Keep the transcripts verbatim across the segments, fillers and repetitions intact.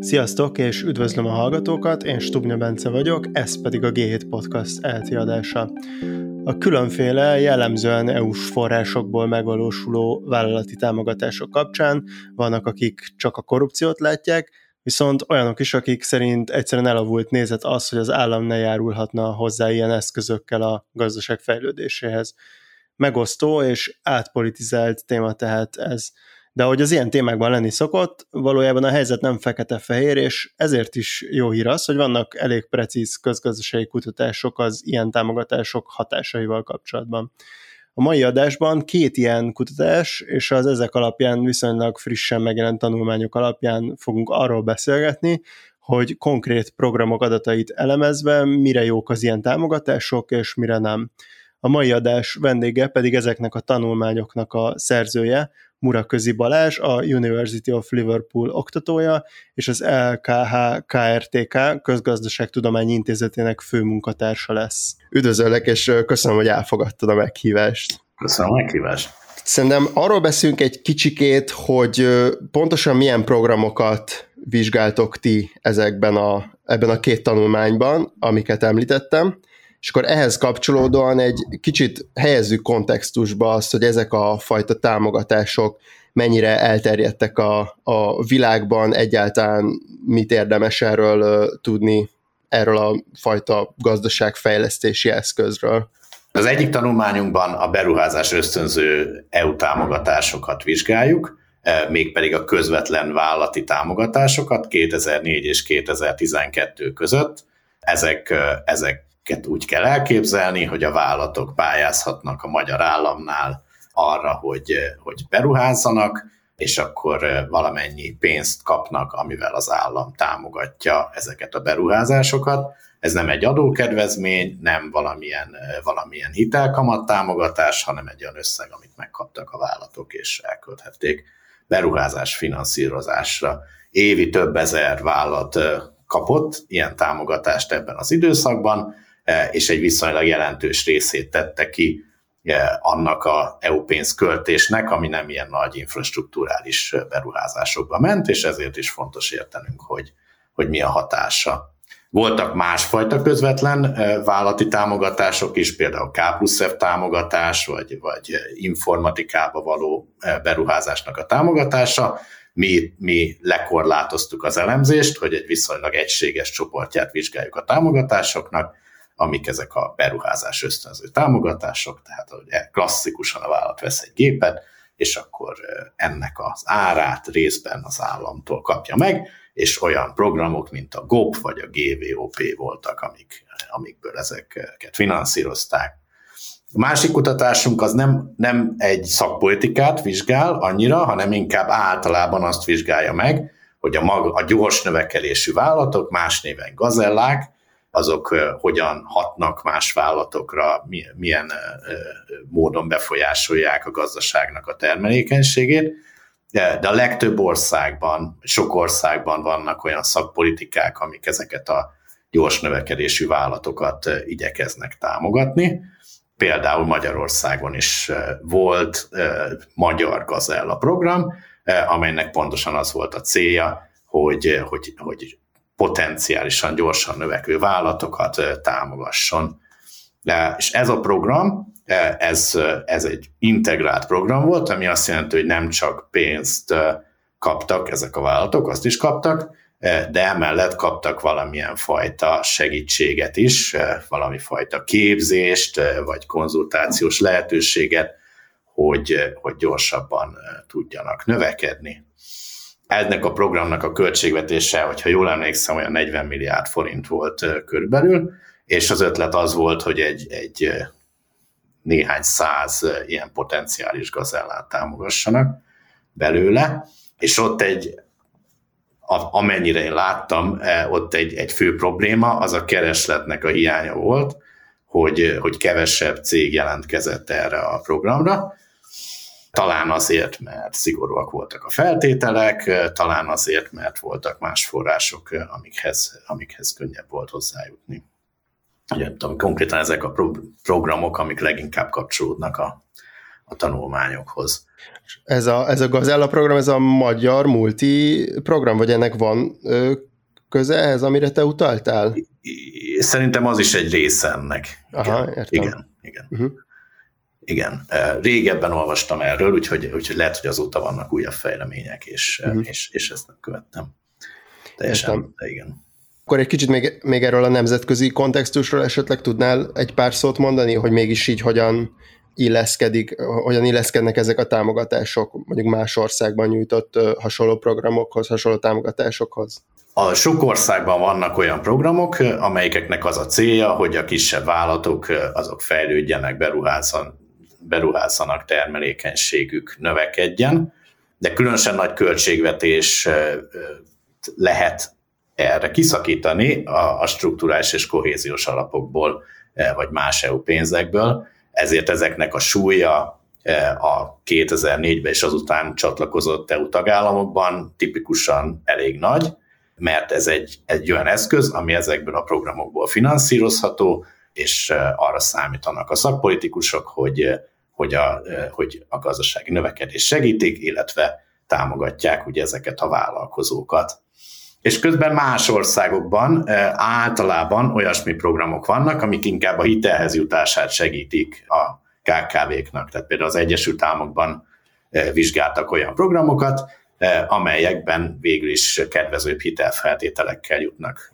Sziasztok, és üdvözlöm a hallgatókat, én Stubnya Bence vagyok, ez pedig a gé hét Podcast elti adása. A különféle, jellemzően é u-s forrásokból megvalósuló vállalati támogatások kapcsán vannak, akik csak a korrupciót látják, viszont olyanok is, akik szerint egyszerűen elavult nézet az, hogy az állam ne járulhatna hozzá ilyen eszközökkel a gazdaság fejlődéséhez. Megosztó és átpolitizált téma tehát ez. De ahogy az ilyen témákban lenni szokott, valójában a helyzet nem fekete-fehér, és ezért is jó hír az, hogy vannak elég precíz közgazdasági kutatások az ilyen támogatások hatásaival kapcsolatban. A mai adásban két ilyen kutatás, és az ezek alapján viszonylag frissen megjelent tanulmányok alapján fogunk arról beszélgetni, hogy konkrét programok adatait elemezve mire jók az ilyen támogatások, és mire nem. A mai adás vendége pedig ezeknek a tanulmányoknak a szerzője, Muraközi Balázs, a University of Liverpool oktatója, és az el ká há ká er té ká Közgazdaságtudományi Intézetének főmunkatársa lesz. Üdvözöllek, és köszönöm, hogy elfogadtad a meghívást. Köszönöm a meghívást. Szerintem arról beszélünk egy kicsikét, hogy pontosan milyen programokat vizsgáltok ti ezekben a, ebben a két tanulmányban, amiket említettem, és akkor ehhez kapcsolódóan egy kicsit helyezzük kontextusba azt, hogy ezek a fajta támogatások mennyire elterjedtek a, a világban, egyáltalán mit érdemes erről tudni, erről a fajta gazdaságfejlesztési eszközről. Az egyik tanulmányunkban a beruházás ösztönző é u támogatásokat vizsgáljuk, mégpedig a közvetlen vállalati támogatásokat kétezer-négy és kétezer-tizenkettő között. Ezek, ezek úgy kell elképzelni, hogy a vállalatok pályázhatnak a magyar államnál arra, hogy, hogy beruházzanak, és akkor valamennyi pénzt kapnak, amivel az állam támogatja ezeket a beruházásokat. Ez nem egy adókedvezmény, nem valamilyen, valamilyen hitelkamat támogatás, hanem egy olyan összeg, amit megkaptak a vállalatok, és elkölthették beruházás finanszírozásra. Évi több ezer vállalat kapott ilyen támogatást ebben az időszakban, és egy viszonylag jelentős részét tette ki annak a é u pénzköltésnek, ami nem ilyen nagy infrastrukturális beruházásokba ment, és ezért is fontos értenünk, hogy, hogy mi a hatása. Voltak másfajta közvetlen vállalati támogatások is, például K plusz F támogatás, vagy, vagy informatikába való beruházásnak a támogatása. Mi, mi lekorlátoztuk az elemzést, hogy egy viszonylag egységes csoportját vizsgáljuk a támogatásoknak, amik ezek a beruházás ösztönző támogatások, tehát hogy klasszikusan a vállalat vesz egy gépet, és akkor ennek az árát részben az államtól kapja meg, és olyan programok, mint a gé o pé vagy a gé vé o pé voltak, amik, amikből ezeket finanszírozták. A másik kutatásunk az nem, nem egy szakpolitikát vizsgál annyira, hanem inkább általában azt vizsgálja meg, hogy a, maga, a gyors növekedésű vállalatok, más néven gazellák, azok hogyan hatnak más vállalatokra, milyen módon befolyásolják a gazdaságnak a termelékenységét. De a legtöbb országban, sok országban vannak olyan szakpolitikák, amik ezeket a gyors növekedésű vállalatokat igyekeznek támogatni. Például Magyarországon is volt Magyar Gazella program, amelynek pontosan az volt a célja, hogy, hogy, hogy potenciálisan gyorsan növekvő vállalatokat támogasson. És ez a program, ez, ez egy integrált program volt, ami azt jelenti, hogy nem csak pénzt kaptak ezek a vállalatok, azt is kaptak, de emellett kaptak valamilyen fajta segítséget is, valami fajta képzést, vagy konzultációs lehetőséget, hogy, hogy gyorsabban tudjanak növekedni. Ennek a programnak a költségvetése, hogyha jól emlékszem, olyan negyven milliárd forint volt körülbelül, és az ötlet az volt, hogy egy, egy néhány száz ilyen potenciális gazellát támogassanak belőle, és ott egy, amennyire én láttam, ott egy, egy fő probléma, az a keresletnek a hiánya volt, hogy, hogy kevesebb cég jelentkezett erre a programra. Talán azért, mert szigorúak voltak a feltételek, talán azért, mert voltak más források, amikhez, amikhez könnyebb volt hozzájutni. Ugye, tudom, konkrétan ezek a pro- programok, amik leginkább kapcsolódnak a, a tanulmányokhoz. Ez a, ez a Gazella program, ez a magyar multi program, vagy ennek van ö, köze ehhez, amire te utaltál? Szerintem az is egy része ennek. Aha, igen, értem. Igen, igen. Uh-huh. Igen. Régebben olvastam erről, úgyhogy, úgyhogy lehet, hogy azóta vannak újabb fejlemények, és, uh-huh. és, és ezt nem követtem. Teljesen, de igen. Akkor egy kicsit még, még erről a nemzetközi kontextusról esetleg tudnál egy pár szót mondani, hogy mégis így hogyan illeszkedik, hogyan illeszkednek ezek a támogatások mondjuk más országban nyújtott hasonló programokhoz, hasonló támogatásokhoz? A sok országban vannak olyan programok, amelyeknek az a célja, hogy a kisebb vállalatok azok fejlődjenek, beruházzanak, termelékenységük növekedjen, de különösen nagy költségvetés lehet erre kiszakítani a, a strukturális és kohéziós alapokból, vagy más é u pénzekből, ezért ezeknek a súlya a kétezer-négyben és azután csatlakozott é u tagállamokban tipikusan elég nagy, mert ez egy, egy olyan eszköz, ami ezekből a programokból finanszírozható, és arra számítanak a szakpolitikusok, hogy, hogy, a, hogy a gazdasági növekedést segítik, illetve támogatják ugye ezeket a vállalkozókat. És közben más országokban általában olyasmi programok vannak, amik inkább a hitelhez jutását segítik a ká ká véknak. Tehát például az Egyesült Államokban vizsgáltak olyan programokat, amelyekben végül is kedvezőbb hitelfeltételekkel jutnak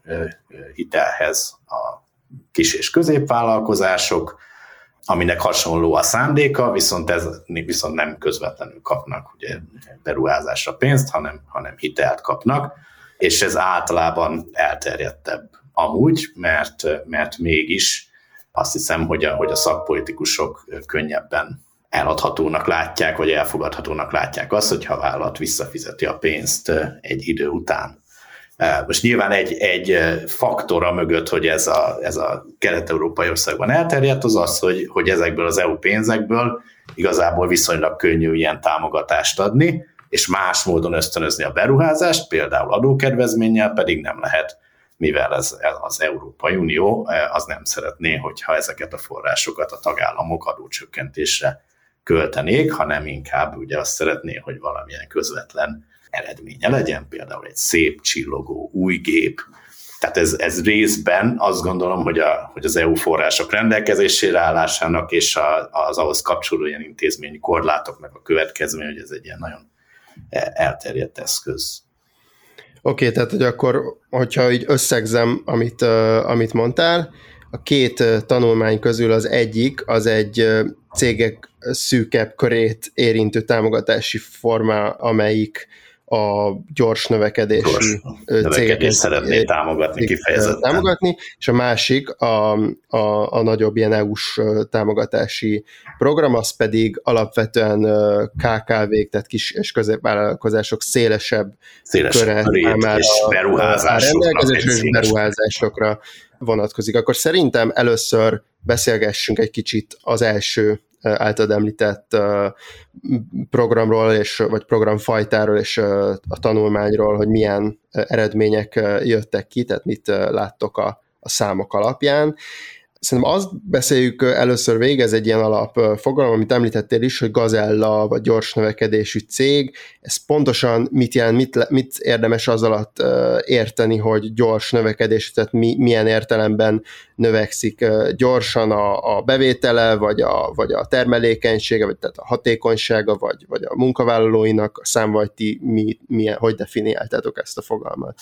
hitelhez a kis- és középvállalkozások, aminek hasonló a szándéka, viszont, ez, viszont nem közvetlenül kapnak ugye, beruházásra pénzt, hanem, hanem hitelt kapnak, és ez általában elterjedtebb amúgy, mert, mert mégis azt hiszem, hogy a, hogy a szakpolitikusok könnyebben eladhatónak látják, vagy elfogadhatónak látják azt, hogyha a vállalat visszafizeti a pénzt egy idő után. Most nyilván egy, egy faktora mögött, hogy ez a, ez a kelet-európai országban elterjedt, az az, hogy, hogy ezekből az é u pénzekből igazából viszonylag könnyű ilyen támogatást adni, és más módon ösztönözni a beruházást, például adókedvezménnyel pedig nem lehet, mivel ez, az Európai Unió az nem szeretné, hogyha ezeket a forrásokat a tagállamok adócsökkentésre költenék, hanem inkább ugye azt szeretné, hogy valamilyen közvetlen eredménye legyen, például egy szép, csillogó, új gép. Tehát ez, ez részben azt gondolom, hogy, a, hogy az é u források rendelkezésére állásának és a, az ahhoz kapcsolódó ilyen intézményi korlátoknak a következmény, hogy ez egy ilyen nagyon elterjedt eszköz. Oké, okay, tehát hogy akkor, hogyha így összegzem, amit, uh, amit mondtál, a két uh, tanulmány közül az egyik, az egy uh, cégek szűkebb körét érintő támogatási forma, amelyik a gyors növekedési gyors cégeket szeretné támogatni kifejezetten. Támogatni, és a másik a, a, a nagyobb ilyen é u-s támogatási program, az pedig alapvetően ká ká vék, tehát kis és középvállalkozások szélesebb, szélesebb köre számára és beruházásokra, és beruházásokra vonatkozik. Akkor szerintem először beszélgessünk egy kicsit az első általad említett programról, és, vagy programfajtáról és a tanulmányról, hogy milyen eredmények jöttek ki, tehát mit láttok a, a számok alapján. Szerintem azt beszéljük először végig, ez egy ilyen alapfogalom, amit említettél is, hogy Gazella, vagy gyors növekedésű cég. Ez pontosan mit jelent, mit, mit érdemes az alatt érteni, hogy gyors növekedés, tehát mi, milyen értelemben növekszik gyorsan a, a bevétele, vagy a, vagy a termelékenysége, vagy tehát a hatékonysága, vagy, vagy a munkavállalóinak a szám, vagy ti mi, milyen, hogy definiáltátok ezt a fogalmat?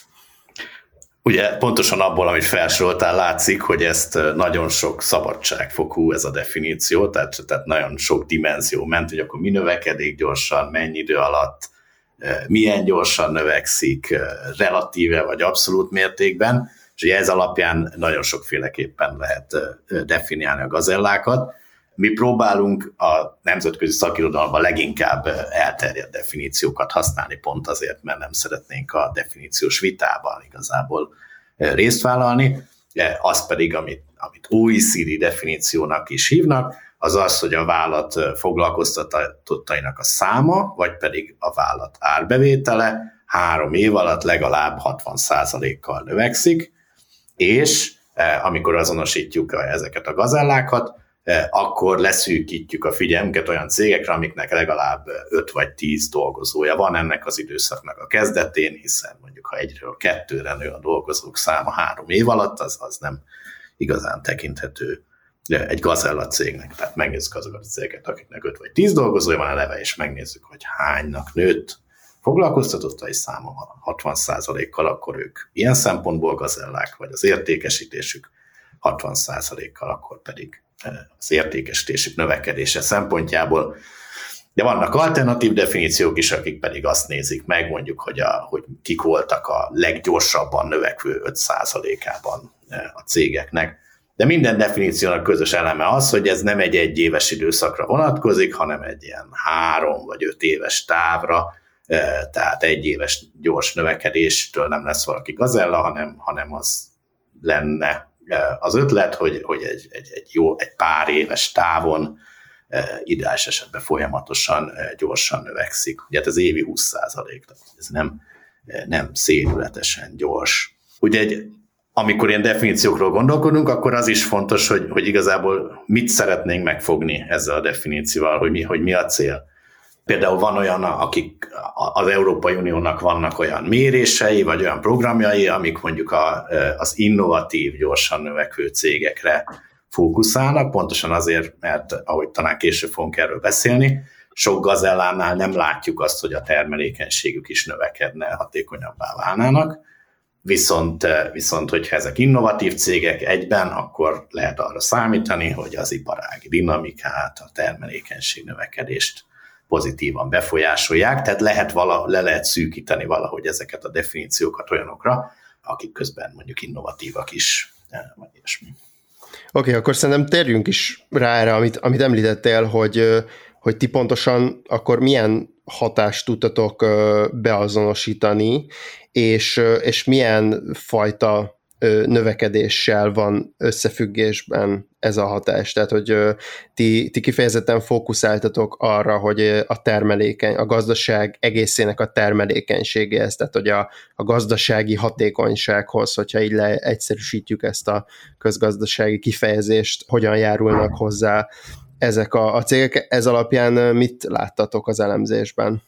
Ugye pontosan abból, amit felsoroltál, látszik, hogy ezt nagyon sok szabadságfokú ez a definíció, tehát, tehát nagyon sok dimenzió ment, hogy akkor mi növekedik gyorsan, mennyi idő alatt, milyen gyorsan növekszik, relatíve vagy abszolút mértékben, és ugye ez alapján nagyon sokféleképpen lehet definiálni a gazellákat. Mi próbálunk a nemzetközi szakirodalomban leginkább elterjedt definíciókat használni, pont azért, mert nem szeretnénk a definíciós vitában igazából részt vállalni. Az pedig, amit, amit o e cé dé definíciónak is hívnak, az az, hogy a vállalat foglalkoztatottainak a száma, vagy pedig a vállalat árbevétele három év alatt legalább hatvan százalékkal növekszik, és amikor azonosítjuk ezeket a gazellákat, akkor leszűkítjük a figyelmünket olyan cégekre, amiknek legalább öt vagy tíz dolgozója van ennek az időszaknak a kezdetén, hiszen mondjuk ha egyről kettőre nő a dolgozók száma három év alatt, az, az nem igazán tekinthető egy gazella cégnek. Tehát megnézzük azokat a cégeket, akiknek öt vagy tíz dolgozója van eleve, és megnézzük, hogy hánynak nőtt foglalkoztatottai száma van hatvan százalékkal, akkor ők ilyen szempontból gazellák, vagy az értékesítésük hatvan százalékkal, akkor pedig az értékesítésük növekedése szempontjából. De vannak alternatív definíciók is, akik pedig azt nézik meg, mondjuk, hogy, a, hogy kik voltak a leggyorsabban növekvő öt százalékában a cégeknek. De minden definíciónak közös eleme az, hogy ez nem egy egyéves időszakra vonatkozik, hanem egy ilyen három vagy öt éves távra, tehát egy éves gyors növekedéstől nem lesz valaki gazella, hanem, hanem az lenne az ötlet, hogy, hogy egy, egy, egy, jó, egy pár éves távon ideális esetben folyamatosan gyorsan növekszik. Ugye ez évi húsz százalék, ez nem, nem szédületesen gyors. Ugye egy, amikor ilyen definíciókról gondolkodunk, akkor az is fontos, hogy, hogy igazából mit szeretnénk megfogni ezzel a definícióval, hogy mi, hogy mi a cél. Például van olyan, akik az Európai Uniónak vannak olyan mérései, vagy olyan programjai, amik mondjuk a, az innovatív, gyorsan növekvő cégekre fókuszálnak, pontosan azért, mert ahogy talán később fogunk erről beszélni, sok gazellánál nem látjuk azt, hogy a termelékenységük is növekedne, hatékonyabbá válnának, viszont, viszont hogyha ezek innovatív cégek egyben, akkor lehet arra számítani, hogy az iparági dinamikát, a termelékenység növekedést pozitívan befolyásolják, tehát lehet vala, le lehet szűkíteni valahogy ezeket a definíciókat olyanokra, akik közben mondjuk innovatívak is, vagy ilyesmi. Oké, okay, akkor szerintem térjünk is rá erre, amit, amit említettél, hogy, hogy ti pontosan akkor milyen hatást tudtatok beazonosítani, és, és milyen fajta növekedéssel van összefüggésben ez a hatás. Tehát, hogy ti, ti kifejezetten fókuszáltatok arra, hogy a termelékeny, a gazdaság egészének a termelékenységéhez, tehát, hogy a, a gazdasági hatékonysághoz, hogyha így leegyszerűsítjük ezt a közgazdasági kifejezést, hogyan járulnak hozzá ezek a, a cégek. Ez alapján mit láttatok az elemzésben?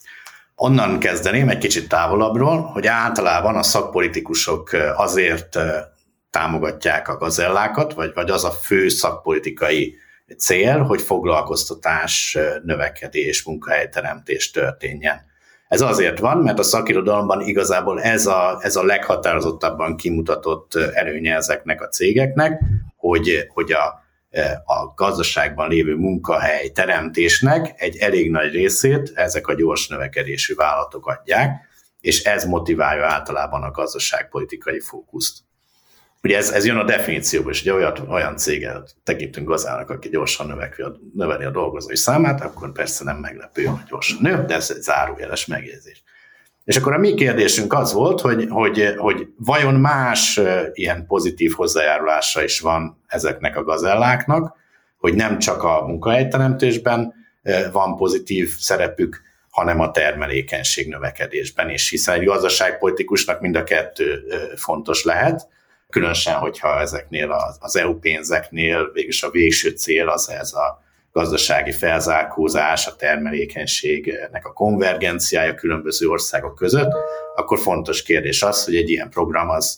Onnan kezdeném egy kicsit távolabbról, hogy általában a szakpolitikusok azért támogatják a gazellákat, vagy, vagy az a fő szakpolitikai cél, hogy foglalkoztatás, növekedés, munkahelyteremtés történjen. Ez azért van, mert a szakirodalomban igazából ez a, ez a leghatározottabban kimutatott előnye ezeknek a cégeknek, hogy, hogy a a gazdaságban lévő munkahely teremtésnek egy elég nagy részét ezek a gyors növekedésű vállalatok adják, és ez motiválja általában a gazdaságpolitikai fókuszt. Ugye ez, ez jön a definícióból, és ugye olyan, olyan céget tekintünk gazdának, aki gyorsan növekvi a, növeli a dolgozói számát, akkor persze nem meglepő, hogy gyorsan nő, de ez egy zárójeles megjegyzés. És akkor a mi kérdésünk az volt, hogy, hogy, hogy vajon más ilyen pozitív hozzájárulása is van ezeknek a gazelláknak, hogy nem csak a munkahelyteremtésben van pozitív szerepük, hanem a termelékenység növekedésben is, hiszen egy gazdaságpolitikusnak mind a kettő fontos lehet, különösen, hogyha ezeknél az é u pénzeknél végülis a végső cél az ez a gazdasági felzárkózás, a termelékenységnek a konvergenciája különböző országok között, akkor fontos kérdés az, hogy egy ilyen program az,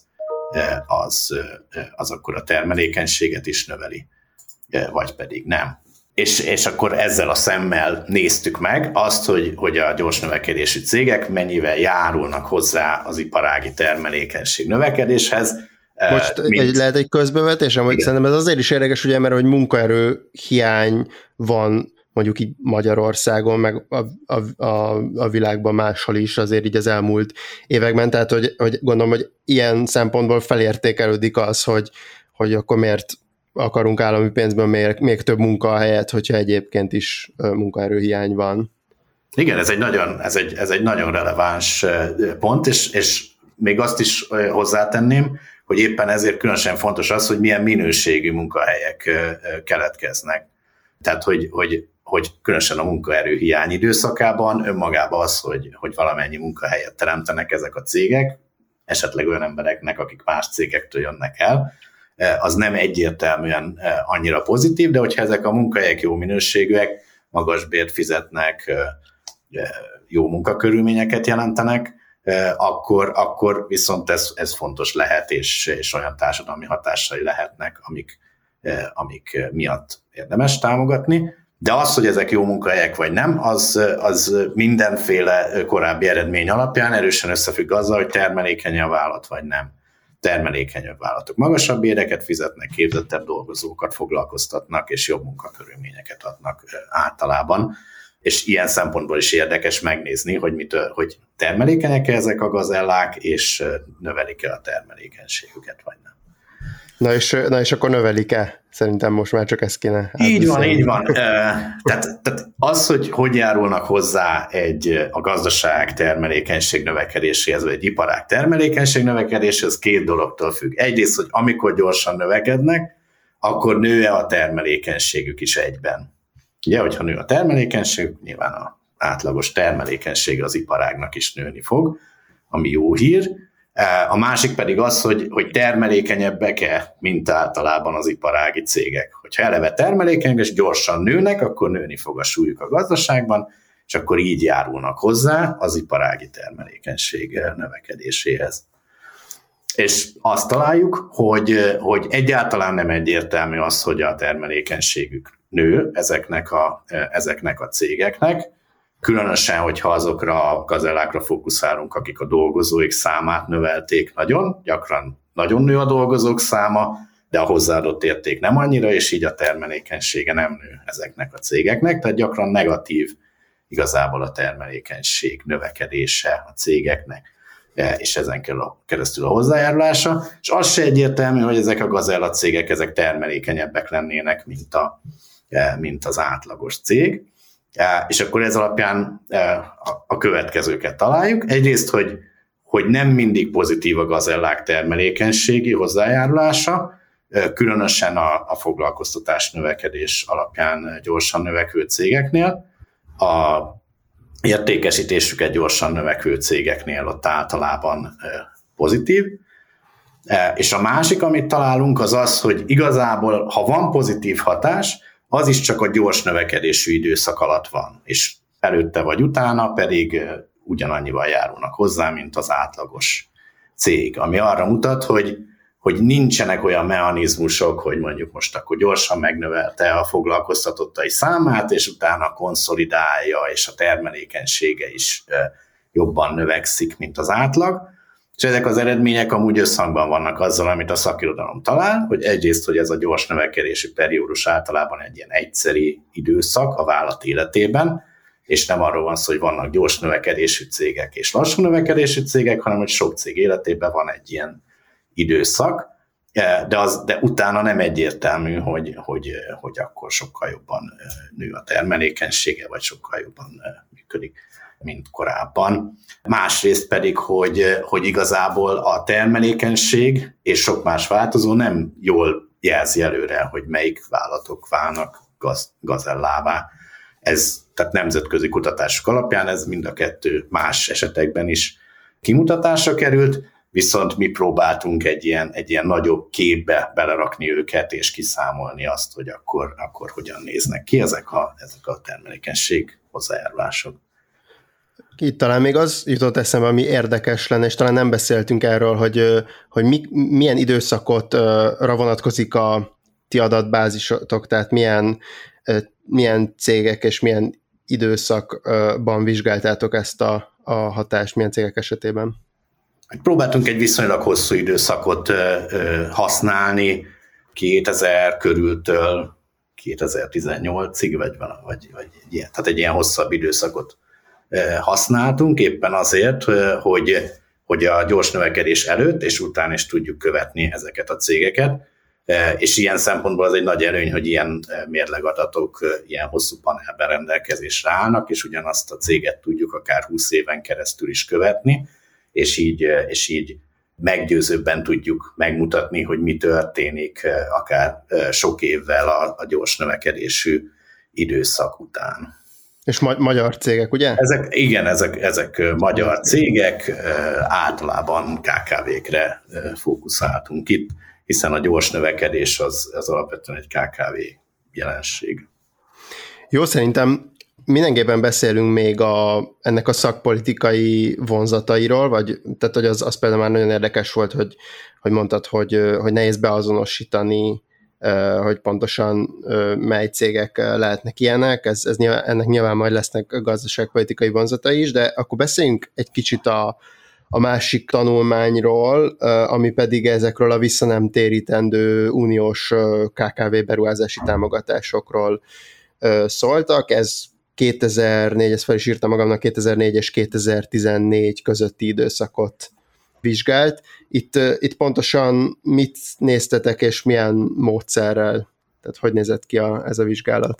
az, az akkor a termelékenységet is növeli, vagy pedig nem. És, és akkor ezzel a szemmel néztük meg azt, hogy, hogy a gyors növekedésű cégek mennyivel járulnak hozzá az iparági termelékenység növekedéshez. Most mint... egy, lehet egy közbevetésem, hogy szerintem ez azért is érdekes, ugye, mert hogy munkaerő hiány van mondjuk így Magyarországon, meg a, a, a, a világban máshol is azért így az elmúlt években, tehát hogy, hogy gondolom, hogy ilyen szempontból felértékelődik az, hogy, hogy akkor miért akarunk állami pénzben még, még több munkahelyet, hogyha egyébként is munkaerőhiány van. Igen, ez egy nagyon, ez egy, ez egy nagyon releváns pont, és, és még azt is hozzátenném, hogy éppen ezért különösen fontos az, hogy milyen minőségű munkahelyek keletkeznek. Tehát, hogy, hogy, hogy különösen a munkaerő hiány időszakában önmagában az, hogy, hogy valamennyi munkahelyet teremtenek ezek a cégek, esetleg olyan embereknek, akik más cégektől jönnek el, az nem egyértelműen annyira pozitív, de hogyha ezek a munkahelyek jó minőségűek, magas bért fizetnek, jó munkakörülményeket jelentenek, akkor, akkor viszont ez, ez fontos lehet, és, és olyan társadalmi hatásai lehetnek, amik, amik miatt érdemes támogatni. De az, hogy ezek jó munkahelyek vagy nem, az, az mindenféle korábbi eredmény alapján erősen összefügg azzal, hogy termelékeny a vállalat vagy nem. Termelékenyebb vállalatok magasabb béreket fizetnek, képzettebb dolgozókat foglalkoztatnak, és jobb munkakörülményeket adnak általában. És ilyen szempontból is érdekes megnézni, hogy, mit, hogy termelékenyek-e ezek a gazellák, és növelik-e a termelékenységüket, vagy nem. Na és, na és akkor növelik-e? Szerintem most már csak ezt kéne átbeszélni. Így van, így van. Tehát, tehát az, hogy hogy járulnak hozzá egy, a gazdaság termelékenység növekedéséhez, vagy egy iparág termelékenység növekedéséhez, két dologtól függ. Egyrészt, hogy amikor gyorsan növekednek, akkor nő-e a termelékenységük is egyben. Ugye, hogyha nő a termelékenység, nyilván az átlagos termelékenysége az iparágnak is nőni fog, ami jó hír. A másik pedig az, hogy, hogy termelékenyebbek-e, mint általában az iparági cégek. Hogyha eleve termelékenyek és gyorsan nőnek, akkor nőni fog a súlyuk a gazdaságban, és akkor így járulnak hozzá az iparági termelékenység növekedéséhez. És azt találjuk, hogy, hogy egyáltalán nem egyértelmű az, hogy a termelékenységük nő ezeknek a, ezeknek a cégeknek, különösen, hogyha azokra a gazellákra fókuszálunk, akik a dolgozóik számát növelték nagyon, gyakran nagyon nő a dolgozók száma, de a hozzáadott érték nem annyira, és így a termelékenysége nem nő ezeknek a cégeknek, tehát gyakran negatív igazából a termelékenység növekedése a cégeknek, és ezen keresztül a hozzájárulása, és az se egyértelmű, hogy ezek a gazella cégek ezek termelékenyebbek lennének, mint, a, mint az átlagos cég. És akkor ez alapján a következőket találjuk. Egyrészt, hogy, hogy nem mindig pozitív a gazellák termelékenységi hozzájárulása, különösen a, a foglalkoztatás növekedés alapján gyorsan növekvő cégeknél. A értékesítésüket gyorsan növekvő cégeknél ott általában pozitív. És a másik, amit találunk, az az, hogy igazából, ha van pozitív hatás, az is csak a gyors növekedésű időszak alatt van, és előtte vagy utána pedig ugyanannyival járulnak hozzá, mint az átlagos cég, ami arra mutat, hogy, hogy nincsenek olyan mechanizmusok, hogy mondjuk most akkor gyorsan megnövelte a foglalkoztatottai számát, és utána konszolidálja, és a termelékenysége is jobban növekszik, mint az átlag. És ezek az eredmények amúgy összhangban vannak azzal, amit a szakirodalom talál, hogy egyrészt, hogy ez a gyors növekedési periódus általában egy ilyen egyszeri időszak a vállalat életében, és nem arról van szó, hogy vannak gyors növekedésű cégek és lassú növekedésű cégek, hanem hogy sok cég életében van egy ilyen időszak, de, az, de utána nem egyértelmű, hogy, hogy, hogy akkor sokkal jobban nő a termelékenysége, vagy sokkal jobban működik, mint korábban. Másrészt pedig, hogy, hogy igazából a termelékenység és sok más változó nem jól jelzi előre, hogy melyik vállalatok válnak gaz, gazellává. Ez, tehát nemzetközi kutatások alapján ez mind a kettő más esetekben is kimutatásra került, viszont mi próbáltunk egy ilyen, egy ilyen nagyobb képbe belerakni őket, és kiszámolni azt, hogy akkor, akkor hogyan néznek ki ezek a, ezek a termelékenység hozzájárulások. Itt talán még az jutott eszembe, ami érdekes lenne, és talán nem beszéltünk erről, hogy, hogy mi, milyen időszakotra vonatkozik a ti adatbázisotok, tehát milyen, milyen cégek és milyen időszakban vizsgáltátok ezt a, a hatást, milyen cégek esetében? Próbáltunk egy viszonylag hosszú időszakot használni, kétezer körültől kétezer-tizennyolcig, vagy, vagy, vagy egy ilyen, tehát egy ilyen hosszabb időszakot használtunk, éppen azért, hogy, hogy a gyors növekedés előtt és után is tudjuk követni ezeket a cégeket, és ilyen szempontból az egy nagy előny, hogy ilyen mérlegadatok ilyen hosszú panelben rendelkezésre állnak, és ugyanazt a céget tudjuk akár húsz éven keresztül is követni, és így, és így meggyőzőbben tudjuk megmutatni, hogy mi történik akár sok évvel a, a gyors növekedésű időszak után. És ma- magyar cégek, ugye? Ezek, igen, ezek, ezek magyar cégek, általában ká ká vé-kre fókuszáltunk itt. hiszen a gyors növekedés az, az alapvetően egy ká ká vé jelenség. Jó, szerintem mindenképpen beszélünk még a, ennek a szakpolitikai vonzatairól, vagy, tehát hogy az, az például már nagyon érdekes volt, hogy, hogy mondtad, hogy, hogy nehéz beazonosítani, hogy pontosan mely cégek lehetnek ilyenek, ez, ez nyilván, ennek nyilván majd lesznek gazdaságpolitikai vonzatai is, de akkor beszéljünk egy kicsit a, a másik tanulmányról, ami pedig ezekről a visszanemtérítendő uniós ká ká vé beruházási támogatásokról szóltak. Ez kétezer-négy, ezt fel is írtam magamnak, kétezer-négy és kétezer-tizennégy közötti időszakot vizsgált. Itt, itt pontosan mit néztetek, és milyen módszerrel? Tehát hogy nézett ki a, ez a vizsgálat?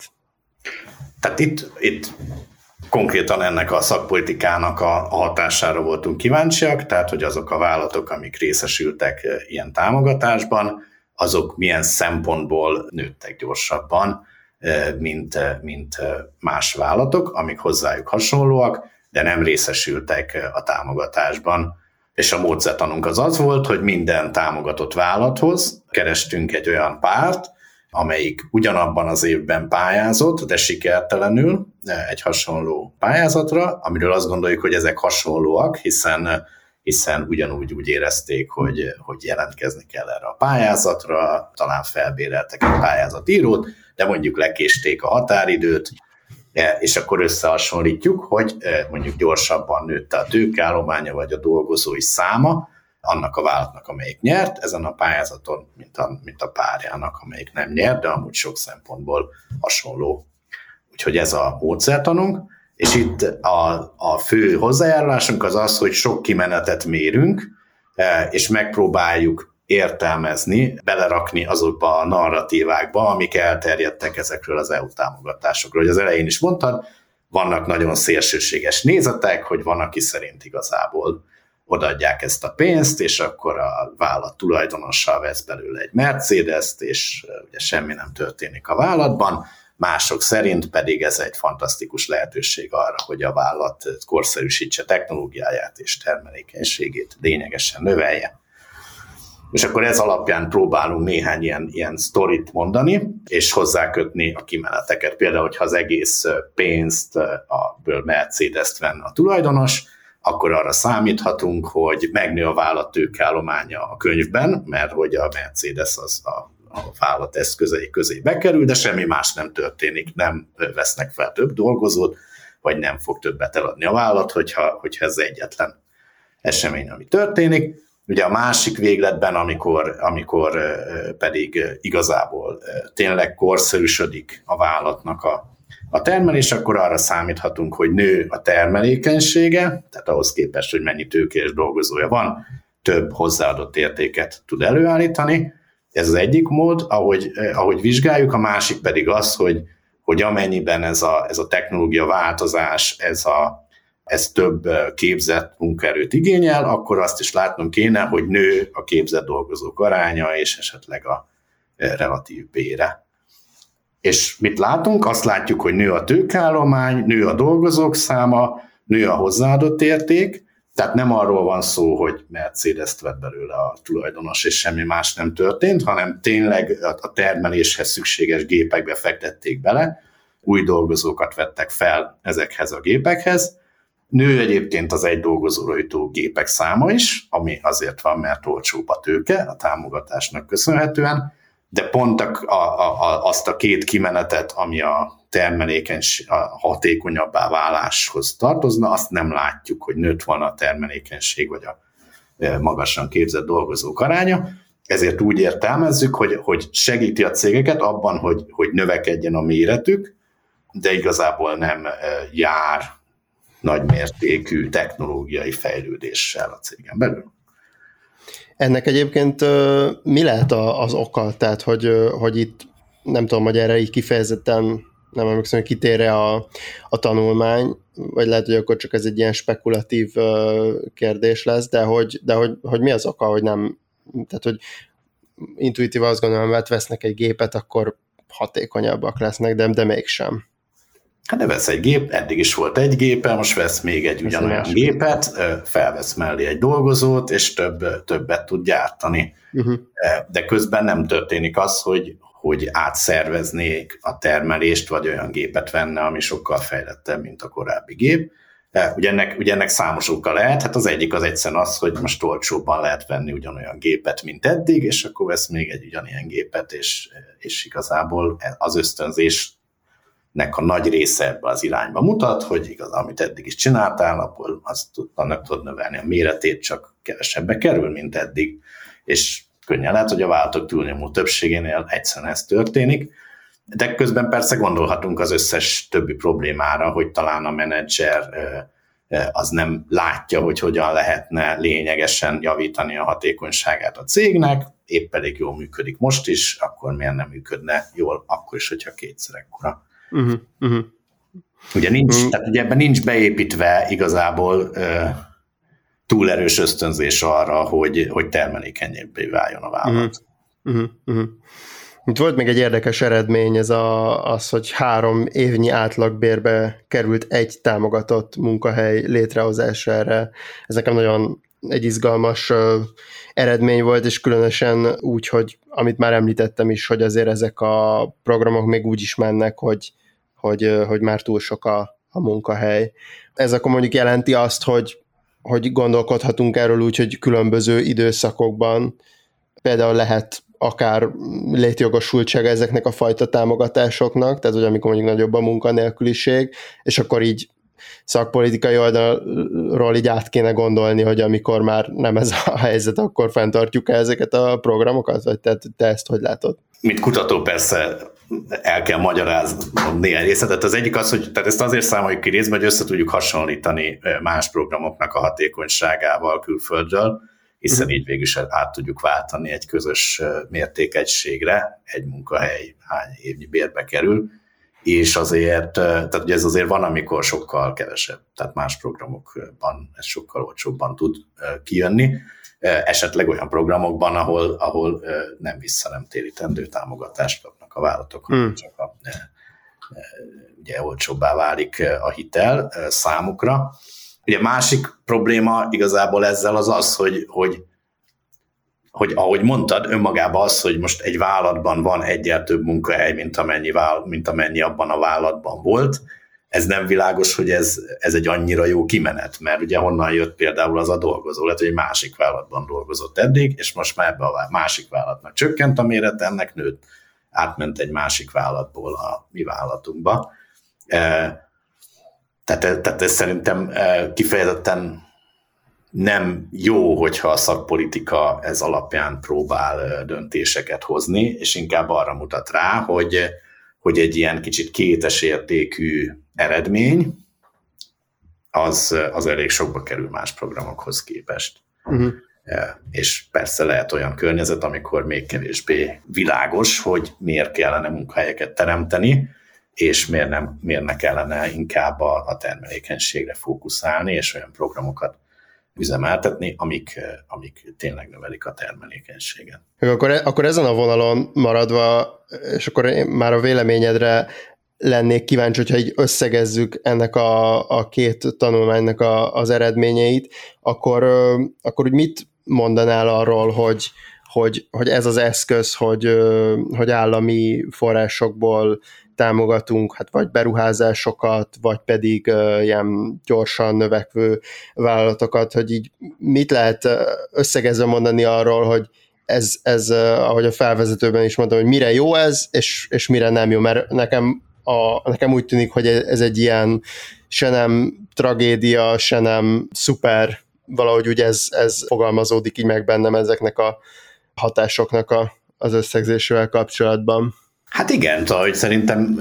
Tehát itt, itt konkrétan ennek a szakpolitikának a, a hatására voltunk kíváncsiak, tehát hogy azok a vállalatok, amik részesültek ilyen támogatásban, azok milyen szempontból nőttek gyorsabban, mint, mint más vállalatok, amik hozzájuk hasonlóak, de nem részesültek a támogatásban. És a módszertanunk az az volt, hogy minden támogatott vállalathoz kerestünk egy olyan párt, amelyik ugyanabban az évben pályázott, de sikertelenül egy hasonló pályázatra, amiről azt gondoljuk, hogy ezek hasonlóak, hiszen, hiszen ugyanúgy úgy érezték, hogy, hogy jelentkezni kell erre a pályázatra, talán felbéreltek egy pályázatírót, de mondjuk lekésték a határidőt, és akkor összehasonlítjuk, hogy mondjuk gyorsabban nőtte a tőkeállománya, vagy a dolgozói száma annak a vállalatnak, amelyik nyert ezen a pályázaton, mint a, mint a párjának, amelyik nem nyert, de amúgy sok szempontból hasonló. Úgyhogy ez a módszertanunk, és itt a, a fő hozzájárulásunk az az, hogy sok kimenetet mérünk, és megpróbáljuk értelmezni, belerakni azokba a narratívákba, amik elterjedtek ezekről az é u támogatásokról. Hogy az elején is mondtad, vannak nagyon szélsőséges nézetek, hogy van, aki szerint igazából odaadják ezt a pénzt, és akkor a vállalat tulajdonossal vesz belőle egy Mercedes-t, és ugye semmi nem történik a vállalatban. Mások szerint pedig ez egy fantasztikus lehetőség arra, hogy a vállalat korszerűsítse technológiáját és termelékenységét lényegesen növelje. És akkor ez alapján próbálunk néhány ilyen, ilyen sztorit mondani, és hozzákötni a kimeneteket. Például, hogyha az egész pénzt a Mercedes-t venne a tulajdonos, akkor arra számíthatunk, hogy megnő a vállalat tőkeállománya a könyvben, mert hogy a Mercedes az a, a vállalat eszközei közé bekerül, de semmi más nem történik, nem vesznek fel több dolgozót, vagy nem fog többet eladni a vállalat, hogyha, hogyha ez egyetlen esemény, ami történik. Ugye a másik végletben, amikor, amikor pedig igazából tényleg korszerűsödik a vállalatnak a, a termelés, akkor arra számíthatunk, hogy nő a termelékenysége, tehát ahhoz képest, hogy mennyi tőkés dolgozója van, több hozzáadott értéket tud előállítani. Ez az egyik mód, ahogy, ahogy vizsgáljuk, a másik pedig az, hogy, hogy amennyiben ez a, ez a technológia változás, ez a ez több képzett munkaerőt igényel, akkor azt is látnunk kéne, hogy nő a képzett dolgozók aránya, és esetleg a relatív bére. És mit látunk? Azt látjuk, hogy nő a tőkeállomány, nő a dolgozók száma, nő a hozzáadott érték, tehát nem arról van szó, hogy Mercedes-t vett belőle a tulajdonos, és semmi más nem történt, hanem tényleg a termeléshez szükséges gépekbe fektették bele, új dolgozókat vettek fel ezekhez a gépekhez. Nő egyébként az egy dolgozóra jutó gépek száma is, ami azért van, mert olcsóbb a tőke a támogatásnak köszönhetően, de pont a, a, a, azt a két kimenetet, ami a termelékenység, a hatékonyabbá váláshoz tartozna, azt nem látjuk, hogy nőtt volna a termelékenység, vagy a magasan képzett dolgozók aránya. Ezért úgy értelmezzük, hogy, hogy segíti a cégeket abban, hogy, hogy növekedjen a méretük, de igazából nem jár nagymértékű technológiai fejlődéssel a cégen belül. Ennek egyébként mi lehet az oka? Tehát, hogy, hogy itt nem tudom, hogy erre így kifejezetten nem emlékszem, hogy kitér-e a, a tanulmány, vagy lehet, hogy akkor csak ez egy ilyen spekulatív kérdés lesz, de hogy, de hogy, hogy mi az oka, hogy nem, tehát, hogy intuitív azt gondolom, hogy vesznek egy gépet, akkor hatékonyabbak lesznek, de, de mégsem. Hát de vesz egy gép, eddig is volt egy gépe, most vesz még egy ugyanolyan gépet, felvesz mellé egy dolgozót, és több, többet tud gyártani. Uh-huh. De közben nem történik az, hogy, hogy átszerveznék a termelést, vagy olyan gépet venne, ami sokkal fejlettebb, mint a korábbi gép. Ugye ennek, ugye ennek számos oka lehet, hát az egyik az egyszerűen az, hogy most olcsóbban lehet venni ugyanolyan gépet, mint eddig, és akkor vesz még egy ugyanilyen gépet, és, és igazából az ösztönzés nek a nagy része ebbe az irányba mutat, hogy igaz, amit eddig is csináltál, akkor azt annak tudod növelni a méretét, csak kevesebbe kerül, mint eddig, és könnyen lehet, hogy a vállalatok túlnyomó többségénél egyszerűen ez történik, de közben persze gondolhatunk az összes többi problémára, hogy talán a menedzser az nem látja, hogy hogyan lehetne lényegesen javítani a hatékonyságát a cégnek, épp pedig jól működik most is, akkor miért nem működne jól akkor is, hogyha kétszer ekkora. Uh-huh, uh-huh. Ugye, nincs, uh-huh. tehát ugye ebben nincs beépítve igazából uh, túl erős ösztönzés arra, hogy, hogy termelékenyebbé váljon a vállalat. Uh-huh, uh-huh. Itt volt még egy érdekes eredmény, ez a, az, hogy három évnyi átlagbérbe került egy támogatott munkahely létrehozására. Ez nekem nagyon egy izgalmas uh, eredmény volt, és különösen úgy, hogy amit már említettem is, hogy azért ezek a programok még úgy is mennek, hogy, hogy, hogy már túl sok a, a munkahely. Ez akkor mondjuk jelenti azt, hogy, hogy gondolkodhatunk erről úgy, hogy különböző időszakokban például lehet akár létjogosultsága ezeknek a fajta támogatásoknak, tehát hogy amikor mondjuk nagyobb a munkanélküliség, és akkor így szakpolitikai oldalról így át kéne gondolni, hogy amikor már nem ez a helyzet, akkor fenntartjuk ezeket a programokat, vagy te, te ezt hogy látod? Mint kutató persze el kell magyarázni néhány részletet. Az egyik az, hogy tehát ezt azért számoljuk ki részben, hogy össze tudjuk hasonlítani más programoknak a hatékonyságával külföldről, hiszen így végül is át tudjuk váltani egy közös mértékegységre, egy munkahely hány évnyi bérbe kerül, és azért, tehát ugye ez azért van, amikor sokkal kevesebb, tehát más programokban ez sokkal olcsóbban tud kijönni, esetleg olyan programokban, ahol, ahol nem vissza nem térítendő támogatást kapnak a vállalatok, hmm. csak a, ugye olcsóbbá válik a hitel számukra. Ugye másik probléma igazából ezzel az az, hogy, hogy, hogy ahogy mondtad, önmagában az, hogy most egy vállalatban van egyel több munkahely, mint amennyi, mint amennyi abban a vállalatban volt, ez nem világos, hogy ez, ez egy annyira jó kimenet, mert ugye honnan jött például az a dolgozó, lehet, hogy egy másik vállalatban dolgozott eddig, és most már ebbe a másik vállalatnak csökkent a méret, ennek nőtt, átment egy másik vállalatból a mi vállalatunkba. Tehát, tehát ez szerintem kifejezetten nem jó, hogyha a szakpolitika ez alapján próbál döntéseket hozni, és inkább arra mutat rá, hogy, hogy egy ilyen kicsit kétes értékű eredmény, az, az elég sokba kerül más programokhoz képest. Uh-huh. És persze lehet olyan környezet, amikor még kevésbé világos, hogy miért kellene munkahelyeket teremteni, és miért, nem, miért ne kellene inkább a, a termelékenységre fókuszálni, és olyan programokat üzemeltetni, amik, amik tényleg növelik a termelékenységet. Akkor, akkor ezen a vonalon maradva, és akkor már a véleményedre lennék kíváncsi, hogyha így összegezzük ennek a, a két tanulmánynak a, az eredményeit, akkor, akkor úgy mit mondanál arról, hogy, hogy, hogy ez az eszköz, hogy, hogy állami forrásokból támogatunk, hát vagy beruházásokat, vagy pedig uh, ilyen gyorsan növekvő vállalatokat, hogy így mit lehet összegezve mondani arról, hogy ez, ez uh, ahogy a felvezetőben is mondtam, hogy mire jó ez, és, és mire nem jó, mert nekem, a, nekem úgy tűnik, hogy ez egy ilyen se nem tragédia, se nem szuper, valahogy úgy ez, ez fogalmazódik így meg bennem ezeknek a hatásoknak a, az összegzésével kapcsolatban. Hát igen, tehát szerintem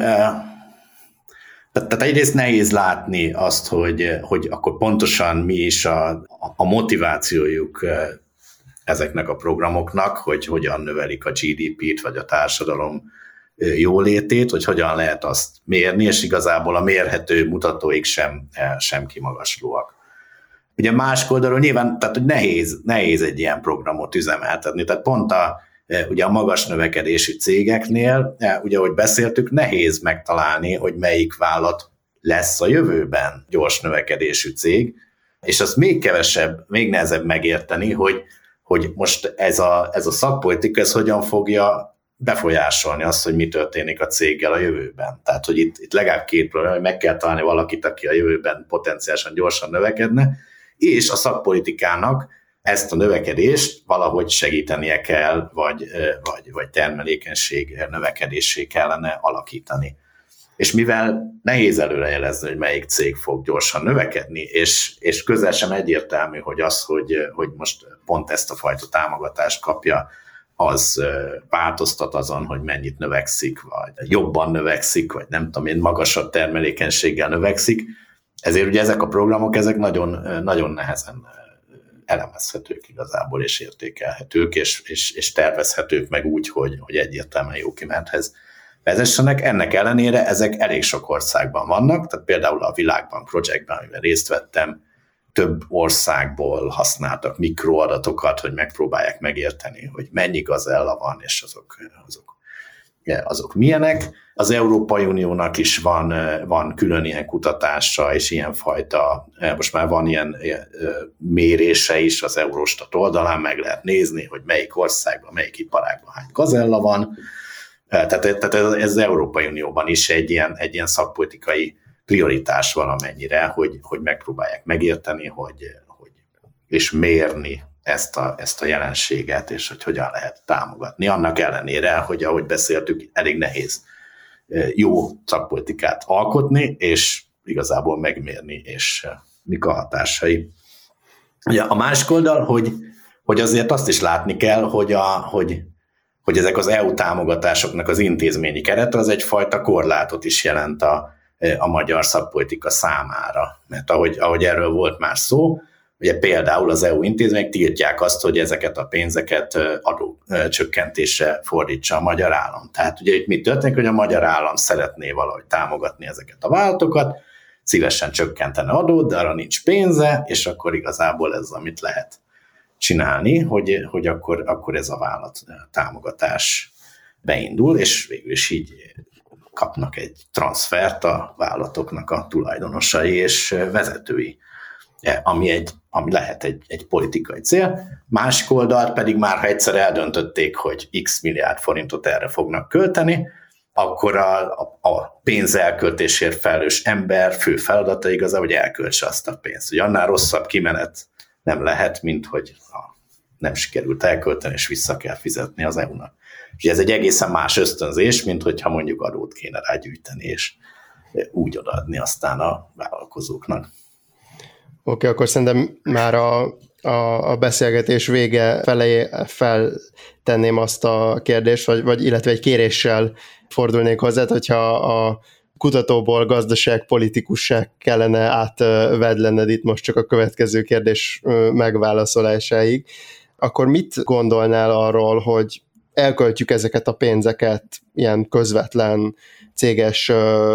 tehát egyrészt nehéz látni azt, hogy, hogy akkor pontosan mi is a, a motivációjuk ezeknek a programoknak, hogy hogyan növelik a gé dé pét vagy a társadalom jólétét, hogy hogyan lehet azt mérni, és igazából a mérhető mutatóik sem, sem kimagaslóak. Ugye más oldalról nyilván tehát, hogy nehéz, nehéz egy ilyen programot üzemeltetni, tehát pont a ugye a magas növekedésű cégeknél, ugye ahogy beszéltük, nehéz megtalálni, hogy melyik vállalat lesz a jövőben gyors növekedésű cég, és az még kevesebb, még nehezebb megérteni, hogy, hogy most ez a, ez a szakpolitika, ez hogyan fogja befolyásolni azt, hogy mi történik a céggel a jövőben. Tehát, hogy itt, itt legalább két probléma, hogy meg kell találni valakit, aki a jövőben potenciálisan gyorsan növekedne, és a szakpolitikának ezt a növekedést valahogy segítenie kell, vagy, vagy, vagy termelékenység növekedésé kellene alakítani. És mivel nehéz előrejelezni, hogy melyik cég fog gyorsan növekedni, és, és közel sem egyértelmű, hogy az, hogy, hogy most pont ezt a fajta támogatást kapja, az változtat azon, hogy mennyit növekszik, vagy jobban növekszik, vagy nem tudom én, magasabb termelékenységgel növekszik. Ezért ugye ezek a programok, ezek nagyon, nagyon nehezen elemezhetők igazából, és értékelhetők, és, és, és tervezhetők meg úgy, hogy, hogy egyértelműen jó kimenthez vezessenek. Ennek ellenére ezek elég sok országban vannak, tehát például a Világbank projektben, amiben részt vettem, több országból használtak mikroadatokat, hogy megpróbálják megérteni, hogy mennyi gazella van, és azok, azok, azok milyenek. Az Európai Uniónak is van, van külön ilyen kutatása, és ilyenfajta, most már van ilyen, ilyen mérése is az Eurostat oldalán, meg lehet nézni, hogy melyik országban, melyik iparágban hány gazella van. Tehát, tehát ez, ez az Európai Unióban is egy ilyen, egy ilyen szakpolitikai prioritás valamennyire, hogy, hogy megpróbálják megérteni, hogy, hogy, és mérni ezt a, ezt a jelenséget, és hogy hogyan lehet támogatni. Annak ellenére, hogy ahogy beszéltük, elég nehéz jó szakpolitikát alkotni, és igazából megmérni, és mik a hatásai. Ugye a másik oldal, hogy, hogy azért azt is látni kell, hogy, a, hogy, hogy ezek az é u támogatásoknak az intézményi kerete az egyfajta korlátot is jelent a, a magyar szakpolitika számára. Mert ahogy, ahogy erről volt már szó, ugye például az é u intézmények tiltják azt, hogy ezeket a pénzeket adócsökkentésre fordítsa a magyar állam. Tehát ugye itt mi történik, hogy a magyar állam szeretné valahogy támogatni ezeket a vállalatokat, szívesen csökkentene adót, de arra nincs pénze, és akkor igazából ez, amit lehet csinálni, hogy, hogy akkor, akkor ez a vállalat támogatás beindul, és végül is így kapnak egy transfert a vállalatoknak a tulajdonosai és vezetői, ami, egy, ami lehet egy, egy politikai cél. Másik oldalt pedig már, ha egyszer eldöntötték, hogy x milliárd forintot erre fognak költeni, akkor a, a, a pénz elköltésért felelős ember fő feladata igazából, hogy elköltse azt a pénzt. Hogy annál rosszabb kimenet nem lehet, mint hogy nem sikerült elkölteni, és vissza kell fizetni az é u-nak. És ez egy egészen más ösztönzés, mint hogyha mondjuk adót kéne rágyűjteni, és úgy odaadni aztán a vállalkozóknak. Oké, okay, akkor szerintem már a, a, a beszélgetés vége felé feltenném azt a kérdést, vagy, vagy illetve egy kéréssel fordulnék hozzá, hogyha a kutatóból gazdaságpolitikussá kellene átvedlenned itt most csak a következő kérdés megválaszolásáig, akkor mit gondolnál arról, hogy elköltjük ezeket a pénzeket ilyen közvetlen céges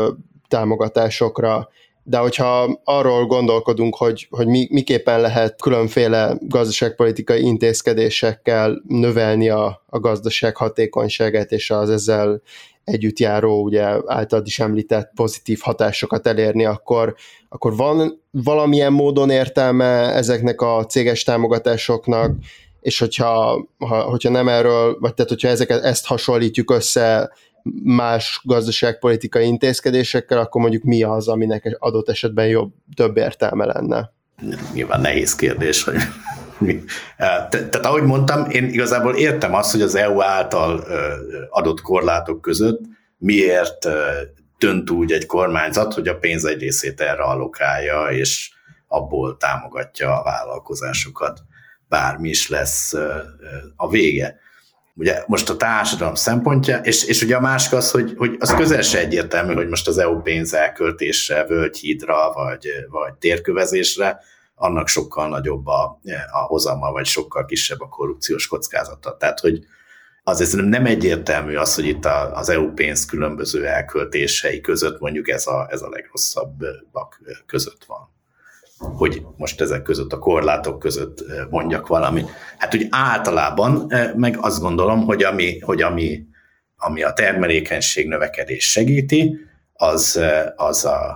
támogatásokra, de hogyha arról gondolkodunk, hogy, hogy mi, miképpen lehet különféle gazdaságpolitikai intézkedésekkel növelni a, a gazdaság hatékonyságát és az ezzel együtt járó, ugye általad is említett pozitív hatásokat elérni, akkor, akkor van valamilyen módon értelme ezeknek a céges támogatásoknak, és hogyha, ha, hogyha nem erről, vagy tehát hogyha ezeket, ezt hasonlítjuk össze más gazdaságpolitikai intézkedésekkel, akkor mondjuk mi az, aminek adott esetben jobb, több értelme lenne? Nyilván nehéz kérdés, hogy mi. Tehát ahogy mondtam, én igazából értem azt, hogy az é u által adott korlátok között miért dönt úgy egy kormányzat, hogy a pénz egy részét erre allokálja, és abból támogatja a vállalkozásokat, bármi is lesz a vége. Ugye most a társadalom szempontja, és, és ugye a másik az, hogy, hogy az közel se egyértelmű, hogy most az é u pénz elköltésre, völgyhídra, vagy, vagy térkövezésre, annak sokkal nagyobb a, a hozama, vagy sokkal kisebb a korrupciós kockázata. Tehát, hogy azért nem egyértelmű az, hogy itt az é u pénz különböző elköltései között mondjuk ez a, ez a legrosszabbak között van. Hogy most ezek között, a korlátok között mondjak valamit. Hát úgy általában meg azt gondolom, hogy ami, hogy ami, ami a termelékenység növekedés segíti, az, az, a,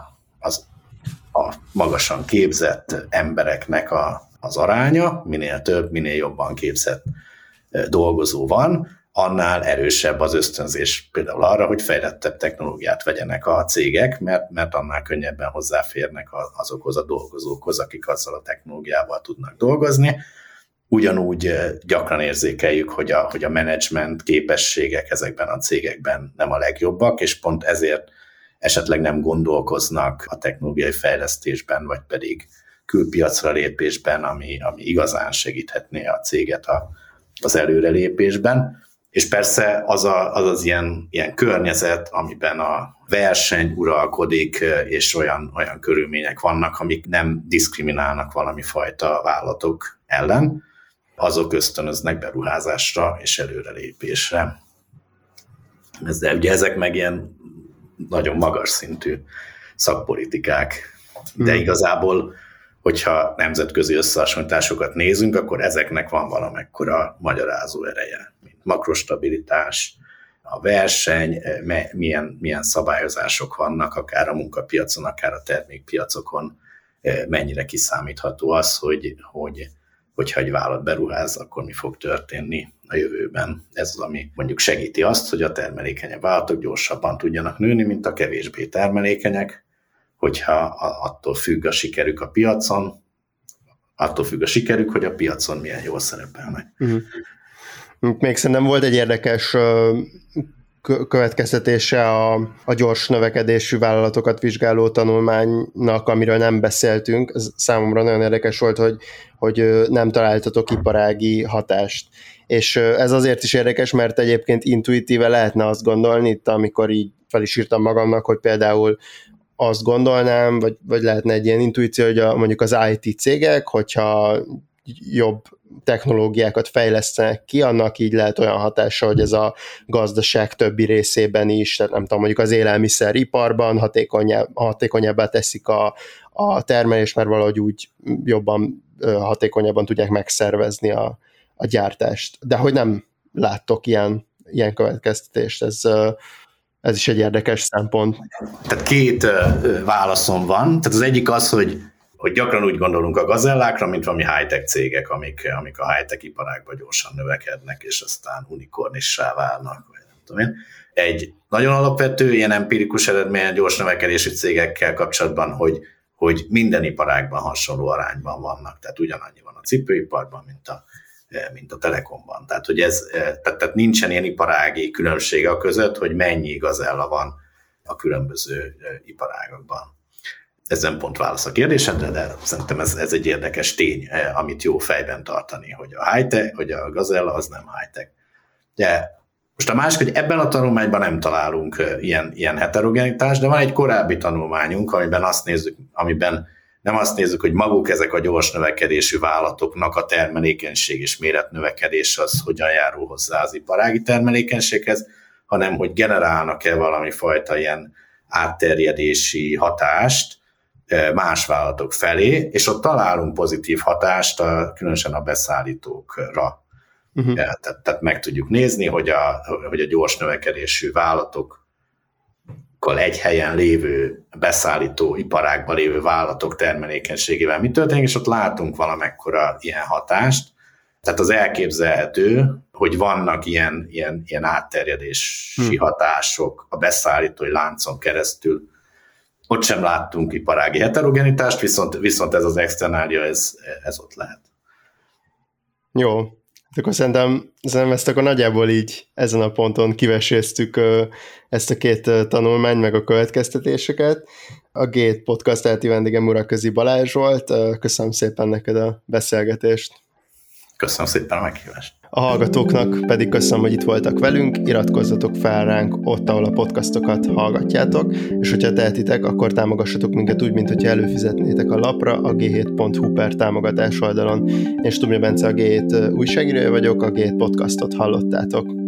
az a magasan képzett embereknek a, az aránya, minél több, minél jobban képzett dolgozó van, annál erősebb az ösztönzés például arra, hogy fejlettebb technológiát vegyenek a cégek, mert, mert annál könnyebben hozzáférnek azokhoz a dolgozókhoz, akik azzal a technológiával tudnak dolgozni. Ugyanúgy gyakran érzékeljük, hogy a, hogy a menedzsment képességek ezekben a cégekben nem a legjobbak, és pont ezért esetleg nem gondolkoznak a technológiai fejlesztésben, vagy pedig külpiacra lépésben, ami, ami igazán segíthetné a céget a, az előrelépésben. És persze az a, az, az ilyen, ilyen környezet, amiben a verseny uralkodik, és olyan, olyan körülmények vannak, amik nem diszkriminálnak valami fajta vállalatok ellen, azok ösztönöznek beruházásra és előrelépésre. De ugye ezek meg ilyen nagyon magas szintű szakpolitikák. De igazából, hogyha nemzetközi összehasonlításokat nézünk, akkor ezeknek van valamekkora magyarázó ereje, mint makrostabilitás, a verseny, milyen, milyen szabályozások vannak, akár a munkapiacon, akár a termékpiacokon, mennyire kiszámítható az, hogy, hogy hogyha egy vállalat beruház, akkor mi fog történni a jövőben. Ez az, ami mondjuk segíti azt, hogy a termelékenyebb vállalatok gyorsabban tudjanak nőni, mint a kevésbé termelékenyek, hogyha attól függ a sikerük a piacon, attól függ a sikerük, hogy a piacon milyen jól szerepelnek. Uh-huh. Még szerintem volt egy érdekes következtetése a, a gyors növekedésű vállalatokat vizsgáló tanulmánynak, amiről nem beszéltünk. Ez számomra nagyon érdekes volt, hogy, hogy nem találtatok iparági hatást. És ez azért is érdekes, mert egyébként intuitíve lehetne azt gondolni, itt amikor így fel is írtam magamnak, hogy például azt gondolnám, vagy, vagy lehetne egy ilyen intuíció, hogy a, mondjuk az i té cégek, hogyha jobb technológiákat fejlesztenek ki, annak így lehet olyan hatása, hogy ez a gazdaság többi részében is, tehát nem tudom, mondjuk az élelmiszeriparban hatékonyabb, hatékonyabbá teszik a, a termelést, mert valahogy úgy jobban, hatékonyabban tudják megszervezni a, a gyártást. De hogy nem láttok ilyen, ilyen következtetést, ez, ez is egy érdekes szempont. Tehát két válaszom van. Tehát az egyik az, hogy hogy gyakran úgy gondolunk a gazellákra, mint valami high-tech cégek, amik, amik a high-tech iparágban gyorsan növekednek, és aztán unikornissá válnak, vagy nem tudom én. Egy nagyon alapvető, ilyen empirikus eredmény a gyors növekedésű cégekkel kapcsolatban, hogy, hogy minden iparágban hasonló arányban vannak, tehát ugyanannyi van a cipőiparban, mint a, mint a telekomban. Tehát, hogy ez, tehát, tehát nincsen ilyen iparági különbsége a között, hogy mennyi gazella van a különböző iparágakban. Ez nem pont válasz a kérdésedre, de szerintem ez, ez egy érdekes tény, amit jó fejben tartani, hogy a high-tech, hogy a gazella az nem high-tech. De most a másik, hogy ebben a tanulmányban nem találunk ilyen, ilyen heterogenitást, de van egy korábbi tanulmányunk, amiben azt nézzük, amiben nem azt nézzük, hogy maguk ezek a gyors növekedésű vállalatoknak a termelékenység és méretnövekedés az hogyan járul hozzá az iparági termelékenységhez, hanem hogy generálnak-e valami fajta ilyen átterjedési hatást más vállalatok felé, és ott találunk pozitív hatást, a, különösen a beszállítókra. Uh-huh. Tehát, tehát meg tudjuk nézni, hogy a, hogy a gyors növekedésű vállalatokkal egy helyen lévő beszállító iparágban lévő vállalatok termelékenységével mi történik, és ott látunk valamekkora ilyen hatást. Tehát az elképzelhető, hogy vannak ilyen, ilyen, ilyen átterjedési hmm. hatások a beszállítói láncon keresztül. Ott sem láttunk iparági heterogenitást, viszont, viszont ez az externália, ez, ez ott lehet. Jó, akkor szerintem, szerintem ezt akkor nagyjából így ezen a ponton kiveséztük ezt a két tanulmányt, meg a következtetéseket. A Gate Podcast elti vendégem Uraközi Balázs volt. Köszönöm szépen neked a beszélgetést. Köszönöm szépen a meghívást. A hallgatóknak pedig köszönöm, hogy itt voltak velünk, iratkozzatok fel ránk ott, ahol a podcastokat hallgatjátok, és hogyha tehetitek, akkor támogassatok minket úgy, mint hogyha előfizetnétek a lapra a gé hét pont hu per támogatás oldalon. Én Stubnya Bence, a gé hét újságírója vagyok, a Gate Podcastot hallottátok.